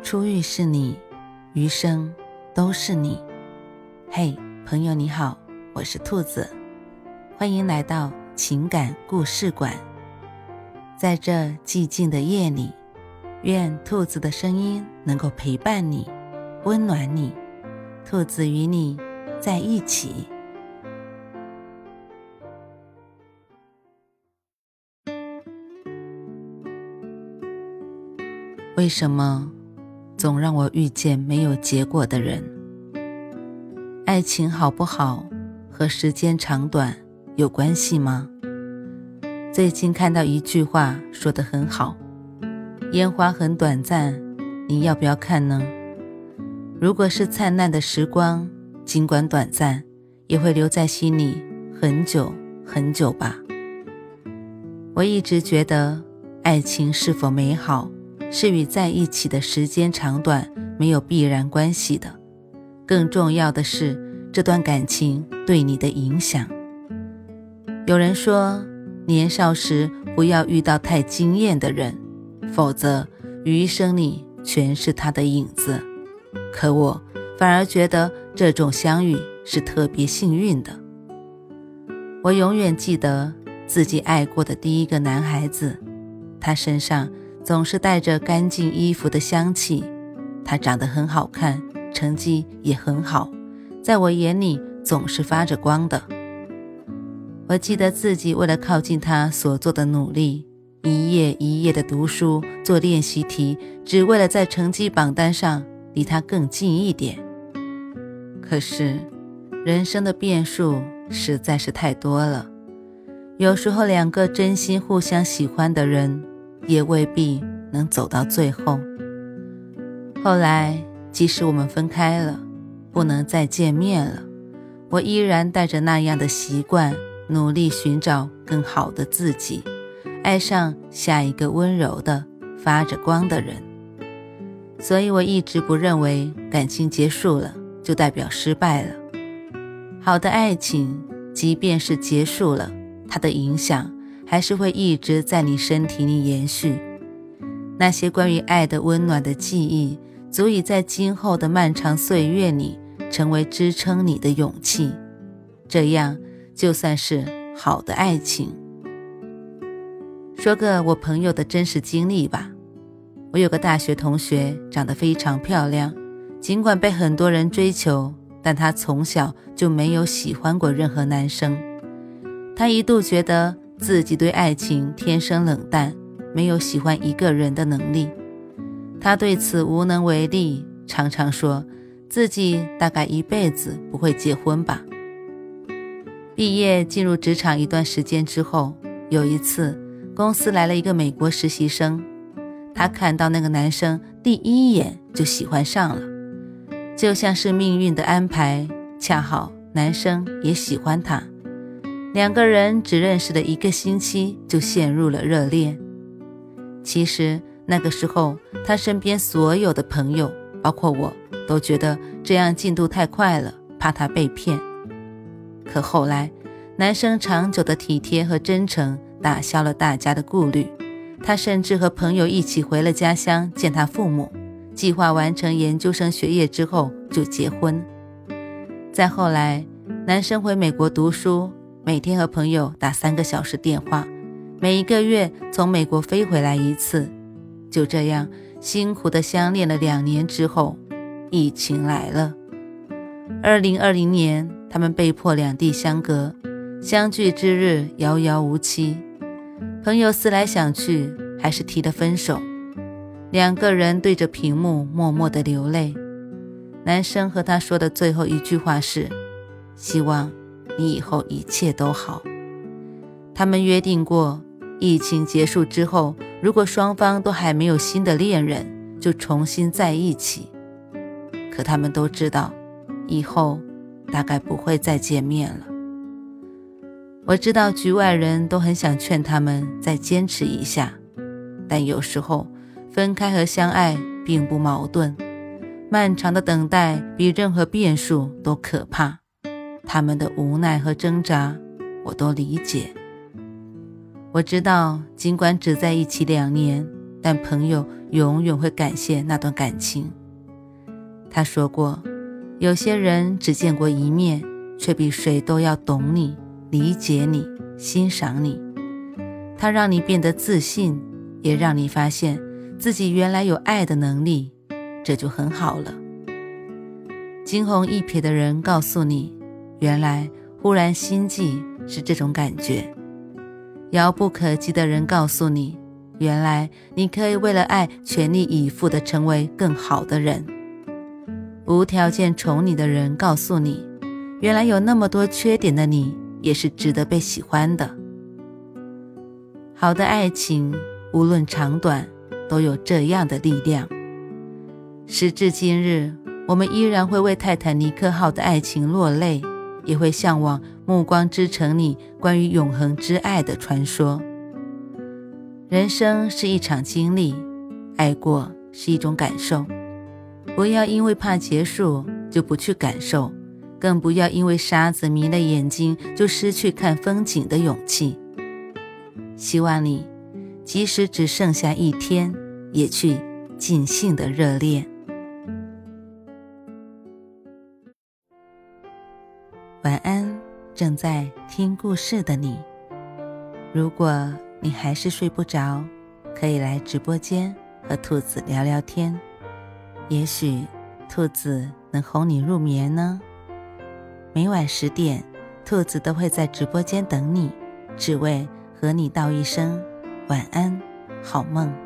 初遇是你，余生都是你。嘿，朋友你好，我是兔子，欢迎来到情感故事馆。在这寂静的夜里，愿兔子的声音能够陪伴你，温暖你。兔子与你在一起。为什么总让我遇见没有结果的人？爱情好不好和时间长短有关系吗？最近看到一句话说得很好，烟花很短暂，你要不要看呢？如果是灿烂的时光，尽管短暂，也会留在心里很久很久吧。我一直觉得爱情是否美好是与在一起的时间长短没有必然关系的，更重要的是这段感情对你的影响。有人说，年少时不要遇到太惊艳的人，否则余生里全是他的影子。可我反而觉得这种相遇是特别幸运的。我永远记得自己爱过的第一个男孩子，他身上总是带着干净衣服的香气，他长得很好看，成绩也很好，在我眼里总是发着光的。我记得自己为了靠近他所做的努力，一页一页的读书，做练习题，只为了在成绩榜单上离他更近一点。可是人生的变数实在是太多了，有时候两个真心互相喜欢的人也未必能走到最后。后来即使我们分开了，不能再见面了，我依然带着那样的习惯，努力寻找更好的自己，爱上下一个温柔的发着光的人。所以我一直不认为感情结束了就代表失败了。好的爱情即便是结束了，它的影响还是会一直在你身体里延续。那些关于爱的温暖的记忆，足以在今后的漫长岁月里成为支撑你的勇气，这样就算是好的爱情。说个我朋友的真实经历吧。我有个大学同学，长得非常漂亮，尽管被很多人追求，但她从小就没有喜欢过任何男生。她一度觉得自己对爱情天生冷淡，没有喜欢一个人的能力。她对此无能为力，常常说自己大概一辈子不会结婚吧。毕业进入职场一段时间之后，有一次公司来了一个美国实习生，她看到那个男生第一眼就喜欢上了，就像是命运的安排，恰好男生也喜欢她。两个人只认识了1个星期就陷入了热恋。其实那个时候他身边所有的朋友包括我都觉得这样进度太快了，怕他被骗。可后来男生长久的体贴和真诚打消了大家的顾虑，他甚至和朋友一起回了家乡见他父母，计划完成研究生学业之后就结婚。再后来男生回美国读书，每天和朋友打3个小时电话，每1个月从美国飞回来1次。就这样辛苦地相恋了2年之后，疫情来了。2020年他们被迫两地相隔，相聚之日遥遥无期。朋友思来想去，还是提了分手。2个人对着屏幕默默地流泪。男生和他说的最后一句话是，希望你以后一切都好。他们约定过，疫情结束之后，如果双方都还没有新的恋人，就重新在一起。可他们都知道，以后大概不会再见面了。我知道局外人都很想劝他们再坚持一下，但有时候分开和相爱并不矛盾。漫长的等待比任何变数都可怕，他们的无奈和挣扎我都理解。我知道尽管只在一起2年， 但朋友永远会感谢那段感情。他说过，有些人只见过一面，却比谁都要懂你、理解你、欣赏你。他让你变得自信，也让你发现自己原来有爱的能力，这就很好了。惊鸿一瞥的人告诉你，原来忽然心悸是这种感觉。遥不可及的人告诉你，原来你可以为了爱全力以赴地成为更好的人。无条件宠你的人告诉你，原来有那么多缺点的你也是值得被喜欢的。好的爱情无论长短都有这样的力量。时至今日，我们依然会为泰坦尼克号的爱情落泪，也会向往暮光之城里关于永恒之爱的传说。人生是一场经历，爱过是一种感受。不要因为怕结束就不去感受，更不要因为沙子迷了眼睛就失去看风景的勇气。希望你即使只剩下一天，也去尽兴的热恋。晚安，正在听故事的你。如果你还是睡不着，可以来直播间和兔子聊聊天，也许兔子能哄你入眠呢。每晚10点，兔子都会在直播间等你，只为和你道一声晚安，好梦。